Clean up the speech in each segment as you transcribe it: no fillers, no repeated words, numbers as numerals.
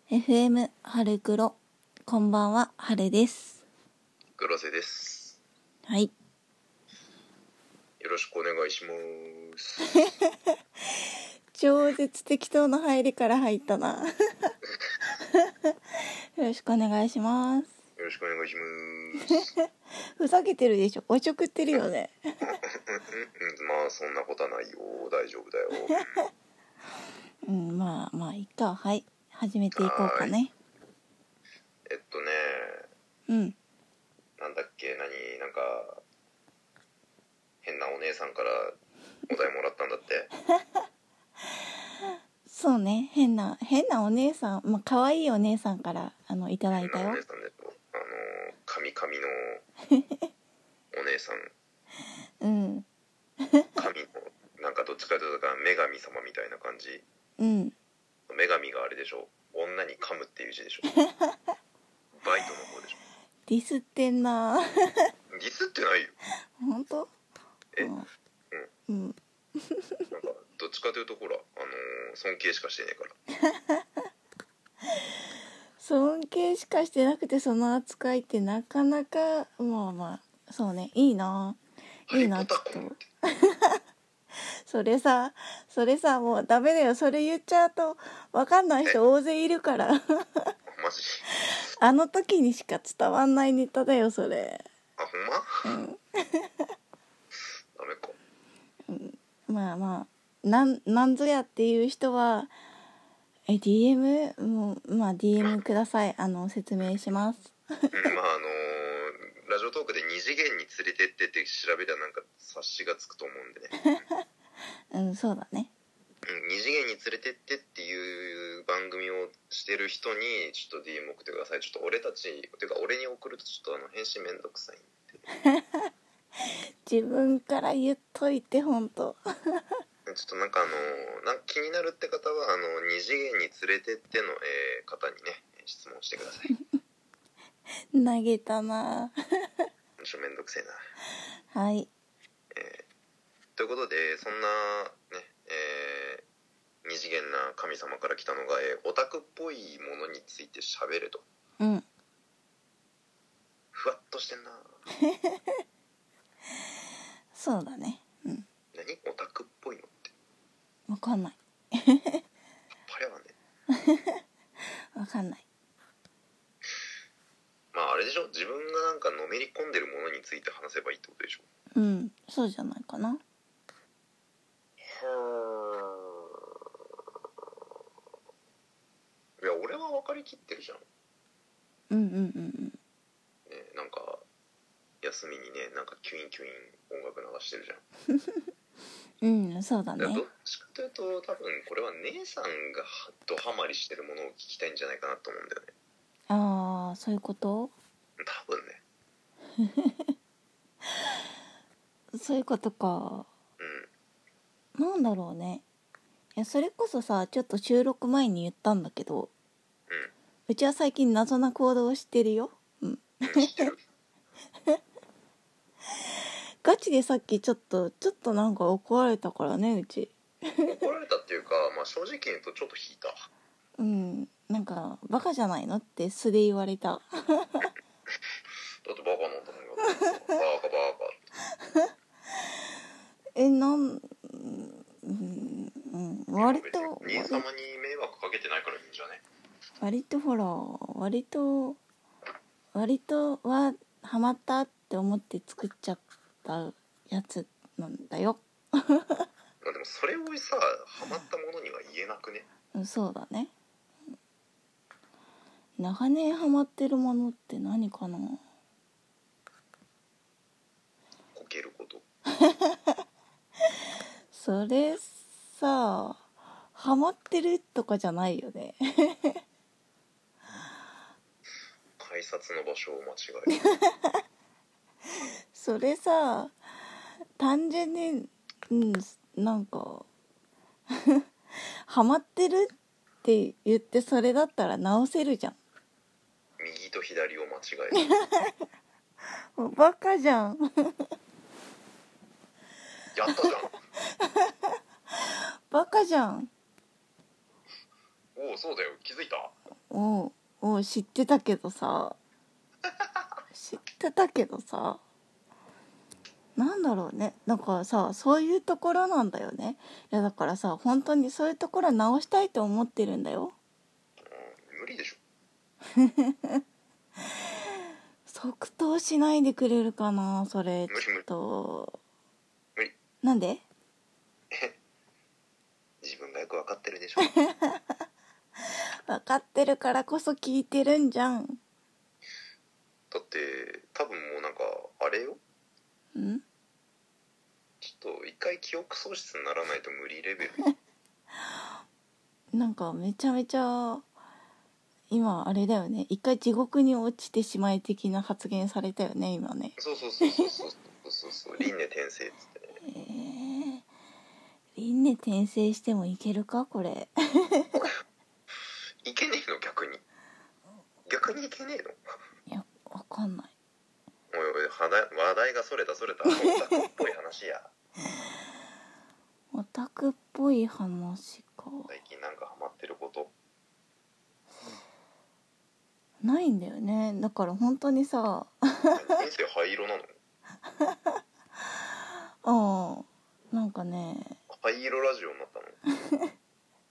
FM 春黒、こんばんは、春です。 黒瀬です。 はい。 よろしくお願いします。 超絶適当な入りから入ったな。よろしくお願いします。 よろしくお願いします。 ふざけてるでしょ。おちょくってるよね。 まあそんなことはないよ。大丈夫だよ。 まあいいか。はい。始めていこうかね。 なんだっけ、なんか変なお姉さんからお題もらったんだって。 そうね。変なお姉さん、可愛いお姉さんからいただいたよ。 変なお姉さんでしょ。カミカミのお姉さん。神のなんかどっちかというと女神様みたいな感じ。女神があれでしょ。女に噛むっていう字でしょ。バイトの方でしょ。 ディスってんな。 ディスってないよ。 本当？ なんかどっちかというとほら尊敬しかしてねえから。 尊敬しかしてなくてその扱いってなかなかまあそうね、いいないいなちょっとそれさもうダメだよ。それ言っちゃうと分かんない人大勢いるからマジあの時にしか伝わんないネタだよそれ。 あ、ほんま？ダメか。 まあなんぞやっていう人はDM もDM ください。説明します。 ラジオトークで二次元に連れてってって調べたらなんか察しがつくと思うんでね。 そうだね。 二次元に連れてってっていう番組をしてる人にちょっと DM 送ってください。ちょっと俺たちっていうか俺に送るとちょっと返信めんどくさいんで。 自分から言っといてほんと。 ちょっとなんか気になるって方は二次元に連れてっての、方にね質問してください。 投げたな。 ちょっとめんどくせえな。はい。 ということでそんなね、二次元な神様から来たのが、オタクっぽいものについて喋ると。ふわっとしてんな。 そうだね。 何オタクっぽいのって。 わかんない。 パレはね。 わかんない。 まああれでしょ。自分がなんかのめり込んでるものについて話せばいいってことでしょ。 そうじゃないかな。 いや俺は分かりきってるじゃん。なんか休みにねなんかキュインキュイン音楽流してるじゃん。 そうだね。 どっちかというと多分これは姉さんがドハマりしてるものを聞きたいんじゃないかなと思うんだよね。 ああ、そういうこと？ 多分ね。 そういうことか。なんだろうね。いやそれこそさ、ちょっと収録前に言ったんだけど、うちは最近謎な行動をしてるよ。 知ってる。 ガチでさっきちょっとなんか怒られたからね、うち。 怒られたっていうか、正直言うとちょっと引いた。 なんかバカじゃないのって素で言われた。 だってバカなんだもんよ。バカ割と兄様に迷惑かけてないからいいんじゃね。 割とほら割とはハマったって思って作っちゃったやつなんだよ。 でもそれをさハマったものには言えなくね。 そうだね。長年ハマってるものって何かな。 こけること。 それさハマってるとかじゃないよね。 改札の場所を間違える。 それさ単純になんかハマってるって言ってそれだったら直せるじゃん。 右と左を間違える。 バカじゃん。 やったじゃん。 バカじゃん。 おおそうだよ気づいた。 知ってたけどさなんだろうね、だからさ、そういうところなんだよね。いやだからさ、本当にそういうところ直したいと思ってるんだよ。 無理でしょ。 即答しないでくれるかな、それ。ちょっと無理。 なんで？ 自分がよく分かってるでしょ。 分かってるからこそ聞いてるんじゃん。 だって多分もうなんかあれよ、 ん？ ちょっと一回記憶喪失にならないと無理レベル。 なんかめちゃめちゃ今あれだよね、一回地獄に落ちてしまい的な発言されたよね今ね。 そう輪廻転生っつってね。 輪廻転生してもいけるかこれ。 いけねえの？逆にいけねえの？ いやわかんない。 おい話題がそれたオタクっぽい話や。 オタクっぽい話か。 最近なんかハマってることないんだよね。だから本当にさ人生灰色なの？ ああ、なんかね、 灰色ラジオになったの？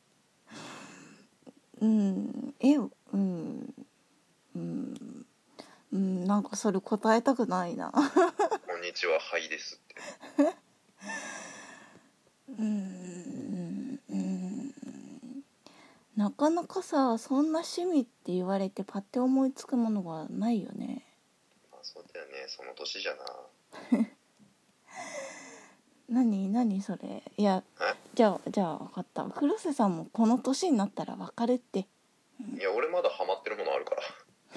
なんかそれ答えたくないな。 こんにちは、灰ですって。 なかなかさ、そんな趣味って言われてパッて思いつくものがないよね。 そうだよね、その年じゃな。 何それ。いや、じゃあ分かった。黒瀬さんもこの年になったら分かるって。 いや俺まだハマってるものあるから。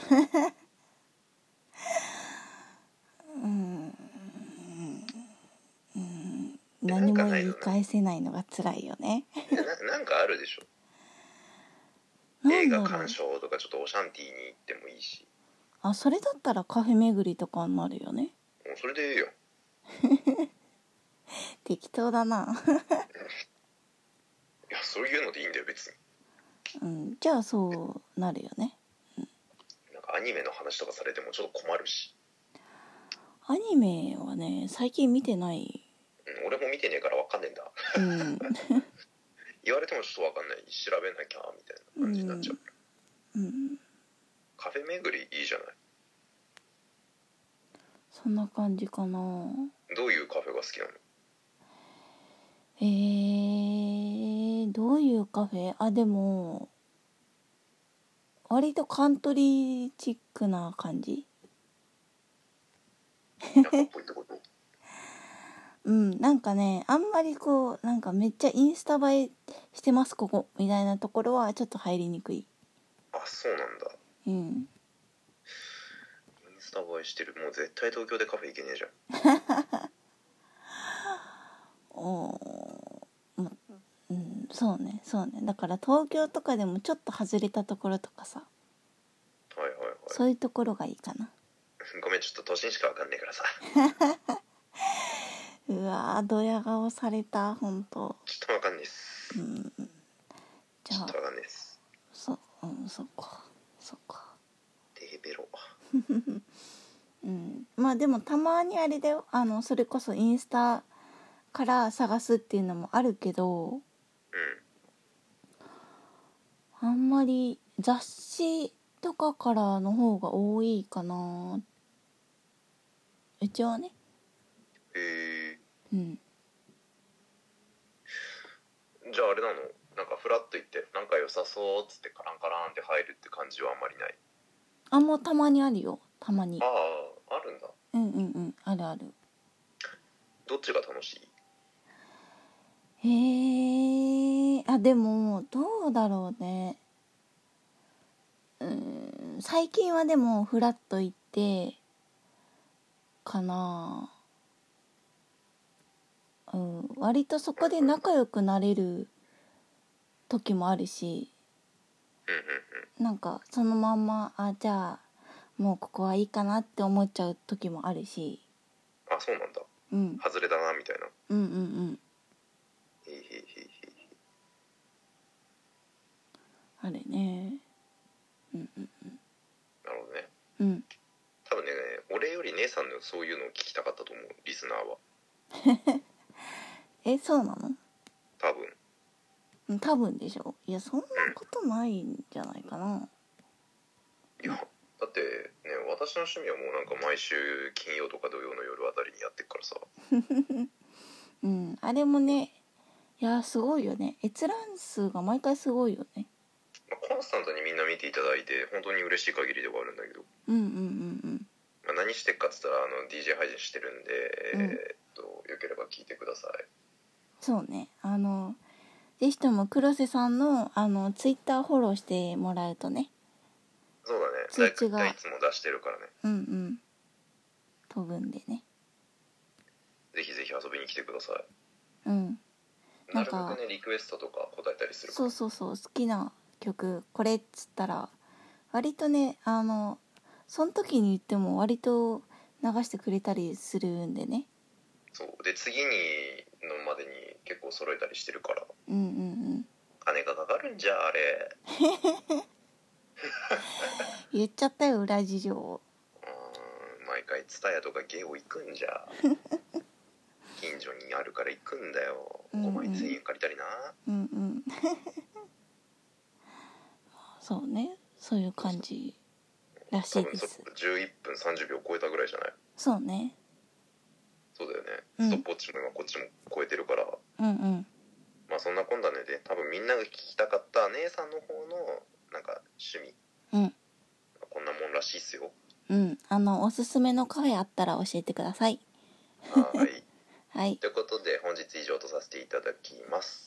何も言い返せないのが辛いよね。 なんかあるでしょ。映画鑑賞とかちょっとオシャンティーに行ってもいいし。 あ、それだったらカフェ巡りとかになるよね。 それでいいよ。 適当だな。 いやそういうのでいいんだよ別に。じゃあそうなるよね。 なんかアニメの話とかされてもちょっと困るし。 アニメはね最近見てない。 俺も見てねえから分かんねえんだ。言われてもちょっと分かんない、調べなきゃみたいな感じになっちゃう。カフェ巡りいいじゃない。 そんな感じかな。 どういうカフェが好きなの？ どういうカフェ？あ、でも割とカントリーチックな感じ。 田舎っぽいってこと？ なんかね、あんまりこうなんかめっちゃインスタ映えしてますここみたいなところはちょっと入りにくい。 あ、そうなんだ。インスタ映えしてる。もう絶対東京でカフェ行けねえじゃん。 そうね。だから東京とかでもちょっと外れたところとかさ。そういうところがいいかな。 ごめん、ちょっと都心しかわかんねえからさ。 うわー、ドヤ顔された、ほんと。 ちょっとわかんないっす。 じゃあちょっとわかんないっす。 そっか。 デーベロ。 まあでもたまにあれだよ、それこそインスタから探すっていうのもあるけど、あんまり雑誌とかからの方が多いかな、うちはね。 じゃああれなの？なんかフラッと行ってなんか良さそうっつってカランカランって入るって感じはあんまりない？ もうたまにあるよ、たまに。 あるんだ。 あるある。 どっちが楽しい？でもどうだろうね。最近はでもフラッと行ってかな。割とそこで仲良くなれる時もあるし、なんかそのまんまじゃあもうここはいいかなって思っちゃう時もあるし。 あ、そうなんだ。外れだなみたいな。 あれね。 さんのそういうのを聞きたかったと思う、リスナーは。 そうなの？ 多分。 多分でしょ。いや、そんなことないんじゃないかな。 いや、だってね、私の趣味はもうなんか毎週金曜とか土曜の夜あたりにやってっからさ。 あれもね、いやすごいよね。閲覧数が毎回すごいよね。 コンスタントにみんな見ていただいて本当に嬉しい限りではあるんだけど、何してっかっつったらDJ 配信してるんで、よければ聞いてください。 そうね、ぜひとも黒瀬さんのツイッターフォローしてもらうとね。 そうだね、 通知がいつも出してるからね。 飛ぶんでね。 ぜひぜひ遊びに来てください。 なんかなるべくねリクエストとか答えたりするから。 そう好きな曲これっつったら割とねその時に言っても割と流してくれたりするんでね。 そうで次にのまでに結構揃えたりしてるから。 金がかかるんじゃあれ。 言っちゃったよ裏事情。 毎回ツタヤとかゲオ行くんじゃ。近所にあるから行くんだよ。5万1000円借りたりな。 そうね、そういう感じらしいです。 多分11分30秒超えたぐらいじゃない？ そうね。 そうだよね。ストップウォッチも今こっちも超えてるから。まあそんなこんなねで多分みんなが聞きたかった姉さんの方のなんか趣味、こんなもんらしいっすよ。 おすすめのカフェあったら教えてください。 はい。 はい。 ということで本日以上とさせていただきます。